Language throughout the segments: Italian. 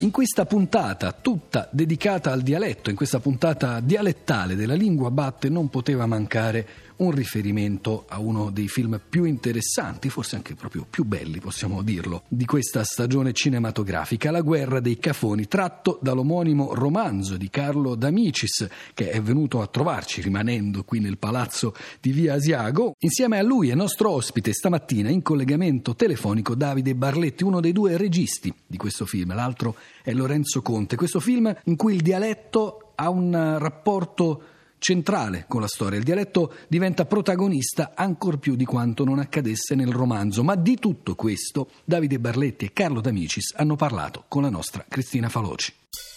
In questa puntata, tutta dedicata al dialetto, in questa puntata dialettale della Lingua Batte, non poteva mancare un riferimento a uno dei film più interessanti, forse anche proprio più belli, possiamo dirlo, di questa stagione cinematografica, La guerra dei cafoni, tratto dall'omonimo romanzo di Carlo D'Amicis, che è venuto a trovarci rimanendo qui nel palazzo di Via Asiago. Insieme a lui è nostro ospite stamattina in collegamento telefonico Davide Barletti, uno dei due registi di questo film, l'altro è Lorenzo Conte. Questo film in cui il dialetto ha un rapporto centrale con la storia. Il dialetto diventa protagonista ancor più di quanto non accadesse nel romanzo. Ma di tutto questo Davide Barletti e Carlo D'Amicis hanno parlato con la nostra Cristina Faloci.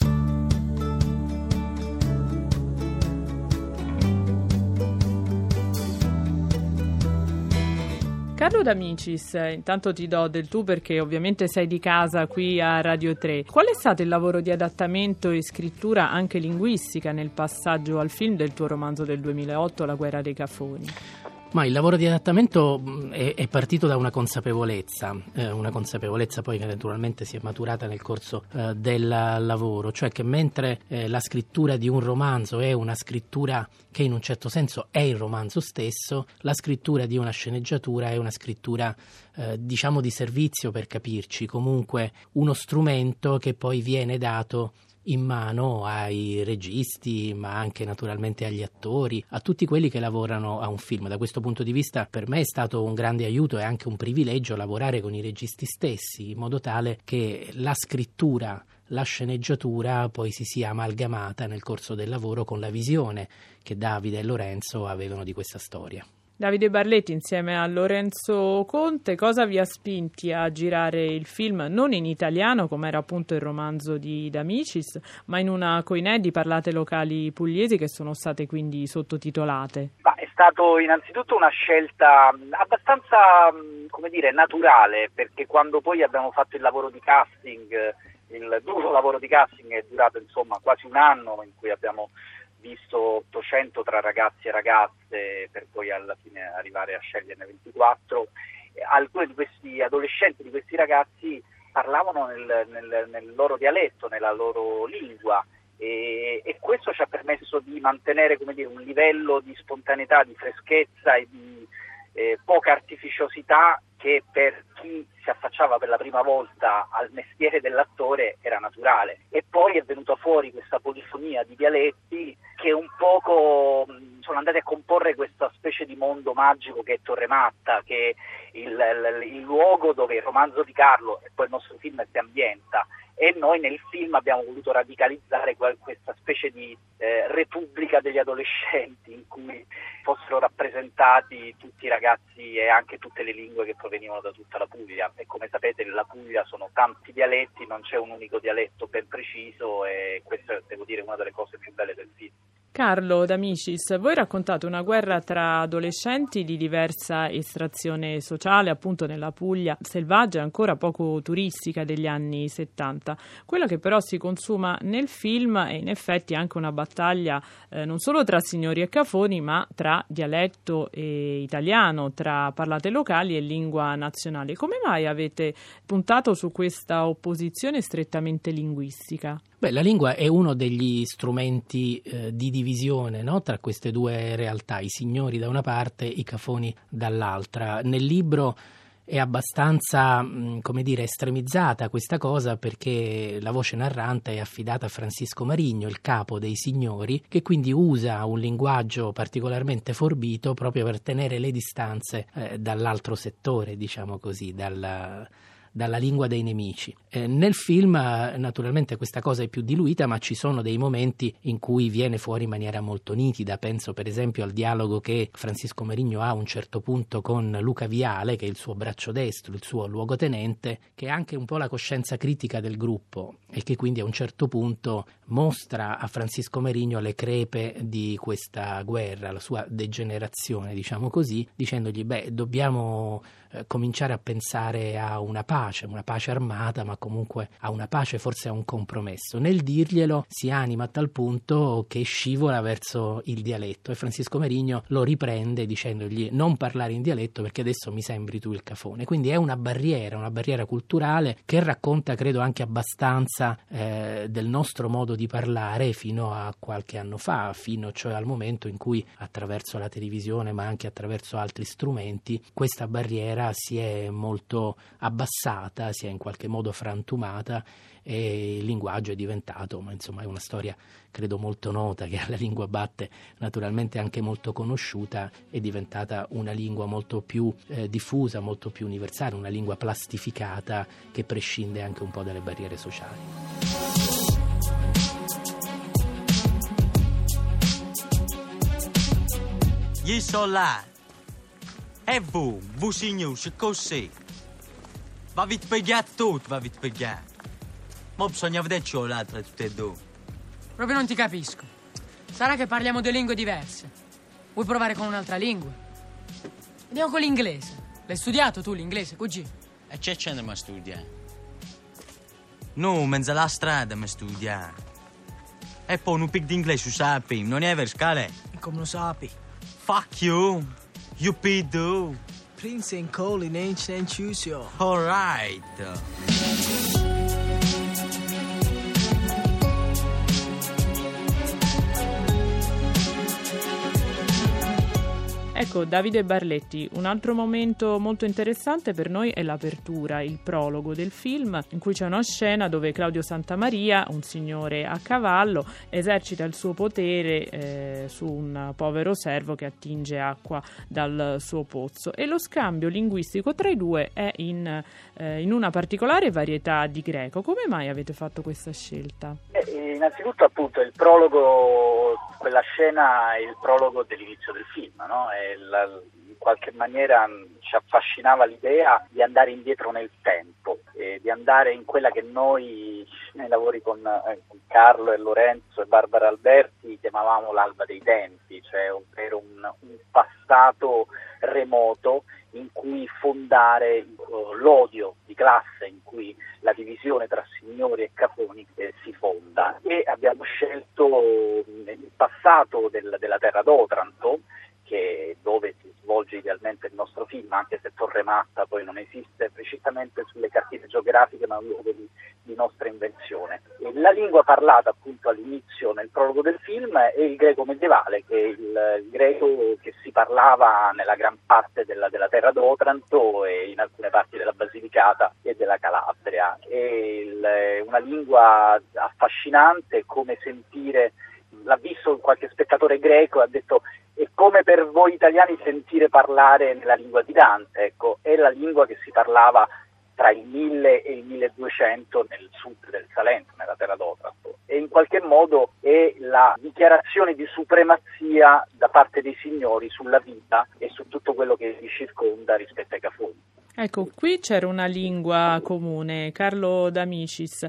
Carlo D'Amicis, intanto ti do del tu perché ovviamente sei di casa qui a Radio 3. Qual è stato il lavoro di adattamento e scrittura anche linguistica nel passaggio al film del tuo romanzo del 2008, La guerra dei cafoni? Ma il lavoro di adattamento è partito da una consapevolezza poi che naturalmente si è maturata nel corso del lavoro, cioè che mentre la scrittura di un romanzo è una scrittura che in un certo senso è il romanzo stesso, la scrittura di una sceneggiatura è una scrittura diciamo di servizio, per capirci, comunque uno strumento che poi viene dato in mano ai registi, ma anche naturalmente agli attori, a tutti quelli che lavorano a un film. Da questo punto di vista per me è stato un grande aiuto e anche un privilegio lavorare con i registi stessi, in modo tale che la scrittura, la sceneggiatura poi si sia amalgamata nel corso del lavoro con la visione che Davide e Lorenzo avevano di questa storia. Davide Barletti insieme a Lorenzo Conte, cosa vi ha spinti a girare il film non in italiano come era appunto il romanzo di D'Amicis, ma in una coinè di parlate locali pugliesi che sono state quindi sottotitolate? È stato innanzitutto una scelta abbastanza, naturale, perché quando poi abbiamo fatto il lavoro di casting, il duro lavoro di casting è durato quasi un anno, in cui abbiamo visto 800 tra ragazzi e ragazze per poi alla fine arrivare a sceglierne 24. Alcuni di questi adolescenti, di questi ragazzi parlavano nel loro dialetto, nella loro lingua e questo ci ha permesso di mantenere un livello di spontaneità, di freschezza e di poca artificiosità che per chi si affacciava per la prima volta al mestiere dell'attore era naturale. E poi è venuta fuori questa polifonia di dialetti che un poco sono andati a comporre questa specie di mondo magico che è Torrematta, che è il luogo dove il romanzo di Carlo e poi il nostro film si ambienta. E noi nel film abbiamo voluto radicalizzare questa specie di repubblica degli adolescenti in cui fossero rappresentati tutti i ragazzi e anche tutte le lingue che provenivano da tutta la Puglia. E come sapete nella Puglia sono tanti dialetti, non c'è un unico dialetto ben preciso e questa devo dire è una delle cose più belle del film. Carlo D'Amicis, voi raccontate una guerra tra adolescenti di diversa estrazione sociale, appunto nella Puglia selvaggia e ancora poco turistica degli anni 70. Quello che però si consuma nel film è in effetti anche una battaglia non solo tra signori e cafoni, ma tra dialetto e italiano, tra parlate locali e lingua nazionale. Come mai avete puntato su questa opposizione strettamente linguistica? La lingua è uno degli strumenti di divisione, no? Tra queste due realtà, i signori da una parte, i cafoni dall'altra. Nel libro è abbastanza, estremizzata questa cosa perché la voce narrante è affidata a Francisco Marigno, il capo dei signori, che quindi usa un linguaggio particolarmente forbito proprio per tenere le distanze dall'altro settore, diciamo così, dalla lingua dei nemici. Nel film naturalmente questa cosa è più diluita, ma ci sono dei momenti in cui viene fuori in maniera molto nitida. Penso per esempio al dialogo che Francisco Marigno ha a un certo punto con Luca Viale, che è il suo braccio destro, il suo luogotenente, che è anche un po' la coscienza critica del gruppo e che quindi a un certo punto mostra a Francisco Marigno le crepe di questa guerra, la sua degenerazione, diciamo così, dicendogli dobbiamo cominciare a pensare a una pace pace armata, ma comunque a una pace, forse a un compromesso. Nel dirglielo si anima a tal punto che scivola verso il dialetto, e Francisco Merigno lo riprende dicendogli: non parlare in dialetto perché adesso mi sembri tu il cafone. Quindi è una barriera culturale che racconta, credo, anche abbastanza del nostro modo di parlare fino a qualche anno fa, fino cioè al momento in cui, attraverso la televisione ma anche attraverso altri strumenti, questa barriera si è molto abbassata, si è in qualche modo frantumata, e il linguaggio è diventato, ma insomma è una storia credo molto nota, che alla Lingua Batte naturalmente anche molto conosciuta, è diventata una lingua molto più diffusa, molto più universale, una lingua plastificata che prescinde anche un po' dalle barriere sociali. Gli so là. E voi signori, così. Va vi pigliate tutto, va vi pigliate. Ma bisogna vederci l'altra tutte e due. Proprio non ti capisco. Sarà che parliamo due lingue diverse. Vuoi provare con un'altra lingua? Andiamo con l'inglese. L'hai studiato tu l'inglese, cugino? E c'è ne ma studiare? No, in mezzo alla strada mi studiare. E poi un pic d'inglese sapi, non è vero, scale? E come lo sapi? Fuck you. You pedo. Prince and Cole in ancient Chusio. All right. Ecco, Davide Barletti, un altro momento molto interessante per noi è l'apertura, il prologo del film, in cui c'è una scena dove Claudio Santamaria, un signore a cavallo, esercita il suo potere su un povero servo che attinge acqua dal suo pozzo, e lo scambio linguistico tra i due è in una particolare varietà di greco. Come mai avete fatto questa scelta? Innanzitutto, appunto, il prologo, quella scena è il prologo dell'inizio del film, no? In qualche maniera ci affascinava l'idea di andare indietro nel tempo, di andare in quella che noi nei lavori con Carlo e Lorenzo e Barbara Alberti chiamavamo l'alba dei tempi, cioè ovvero un passato remoto in cui fondare l'odio di classe, in cui la divisione tra signori e cafoni si fonda. E abbiamo scelto il passato della terra d'Otranto, che dove si svolge idealmente il nostro film, anche se Torre Matta poi non esiste precisamente sulle cartine geografiche, ma è un luogo di nostra invenzione. E la lingua parlata appunto all'inizio nel prologo del film è il greco medievale, che è il greco che si parlava nella gran parte della terra d'Otranto e in alcune parti della Basilicata e della Calabria. È una lingua affascinante, come sentire, l'ha visto qualche spettatore greco e ha detto: è come per voi italiani sentire parlare nella lingua di Dante. Ecco, è la lingua che si parlava tra il 1000 e il 1200 nel sud del Salento, nella terra d'Otranto, e in qualche modo è la dichiarazione di supremazia da parte dei signori sulla vita e su tutto quello che li circonda rispetto ai cafoni. Ecco, qui c'era una lingua comune. Carlo D'Amicis,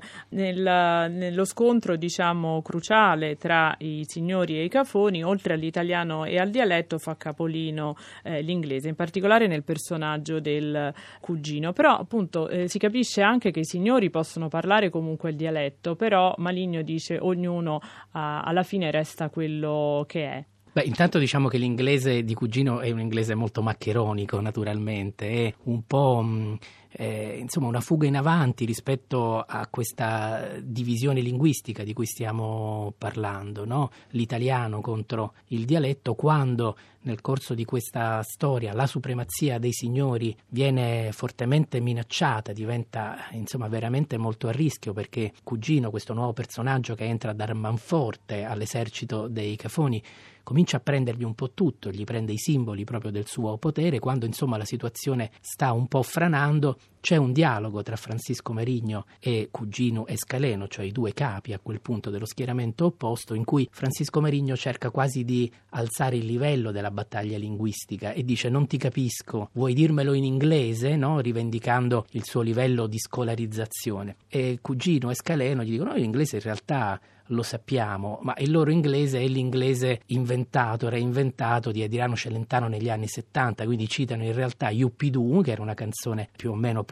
nello scontro, diciamo, cruciale tra i signori e i cafoni, oltre all'italiano e al dialetto, fa capolino l'inglese, in particolare nel personaggio del cugino. Però, appunto, si capisce anche che i signori possono parlare comunque il dialetto, però Maligno dice ognuno alla fine resta quello che è. Beh, intanto diciamo che l'inglese di Cugino è un inglese molto maccheronico, naturalmente, è un po' insomma una fuga in avanti rispetto a questa divisione linguistica di cui stiamo parlando, no? L'italiano contro il dialetto, quando nel corso di questa storia la supremazia dei signori viene fortemente minacciata, diventa insomma veramente molto a rischio, perché Cugino, questo nuovo personaggio che entra a dar manforte all'esercito dei cafoni, comincia a prendergli un po' tutto, gli prende i simboli proprio del suo potere. Quando insomma la situazione sta un po' franando, c'è un dialogo tra Francisco Merigno e Cugino e Scaleno, cioè i due capi a quel punto dello schieramento opposto, in cui Francisco Merigno cerca quasi di alzare il livello della battaglia linguistica e dice: non ti capisco, vuoi dirmelo in inglese, no? Rivendicando il suo livello di scolarizzazione. E Cugino e Scaleno gli dicono: no, l'inglese in realtà lo sappiamo, ma il loro inglese è l'inglese inventato, reinventato di Adriano Celentano negli anni 70, quindi citano in realtà Yuppidoo, che era una canzone più o meno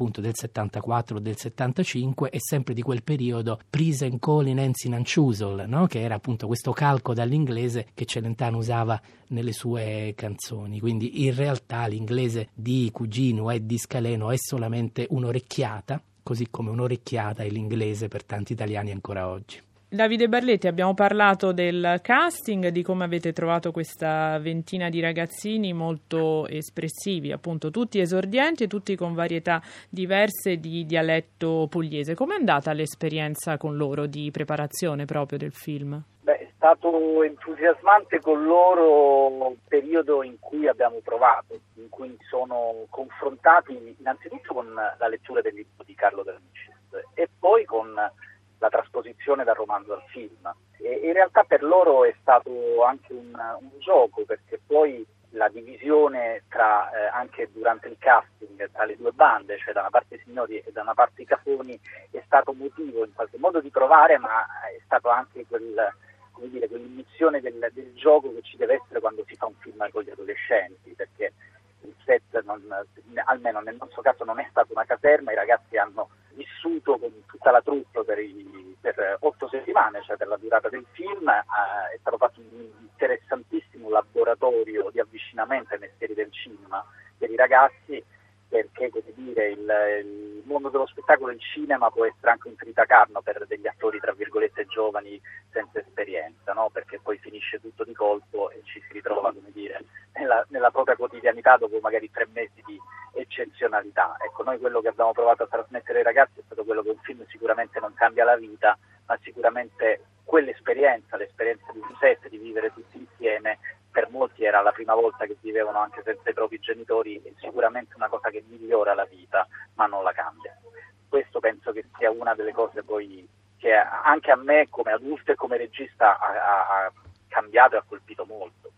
appunto del 74 o del 75, è sempre di quel periodo Prisen Colin Ensin Anciusol, no? Che era appunto questo calco dall'inglese che Celentano usava nelle sue canzoni. Quindi in realtà l'inglese di Cugino e di Scaleno è solamente un'orecchiata, così come un'orecchiata è l'inglese per tanti italiani ancora oggi. Davide Barletti, abbiamo parlato del casting, di come avete trovato questa ventina di ragazzini molto espressivi, appunto tutti esordienti e tutti con varietà diverse di dialetto pugliese. Com'è andata l'esperienza con loro di preparazione proprio del film? È stato entusiasmante con loro il periodo in cui abbiamo provato, in cui sono confrontati innanzitutto con la lettura del libro di Carlo D'Amicis e poi con la trasposizione dal romanzo al film. E in realtà per loro è stato anche un gioco, perché poi la divisione tra anche durante il casting tra le due bande, cioè da una parte i signori e da una parte i cafoni, è stato motivo in qualche modo di provare, ma è stato anche quell'inizione del gioco che ci deve essere quando si fa un film con gli adolescenti, perché il set, almeno nel nostro caso, non è stata una caserma. I ragazzi hanno vissuto con tutta la troupe per 8 settimane, cioè per la durata del film. È stato fatto un interessantissimo laboratorio di avvicinamento ai mestieri del cinema per i ragazzi, perché il mondo dello spettacolo e il cinema può essere anche un tritacarno per degli attori tra virgolette giovani senza esperienza, no? Perché poi finisce tutto di colpo e ci si ritrova nella propria quotidianità dopo magari 3 mesi di eccezionalità. Ecco, noi quello che abbiamo provato a trasmettere ai ragazzi è stato quello che un film sicuramente non cambia la vita, ma sicuramente l'esperienza di un set, di vivere tutti insieme, per molti era la prima volta che vivevano anche senza i propri genitori, è sicuramente una cosa che migliora la vita, ma non la cambia. Questo penso che sia una delle cose poi che anche a me come adulto e come regista ha cambiato e ha colpito molto.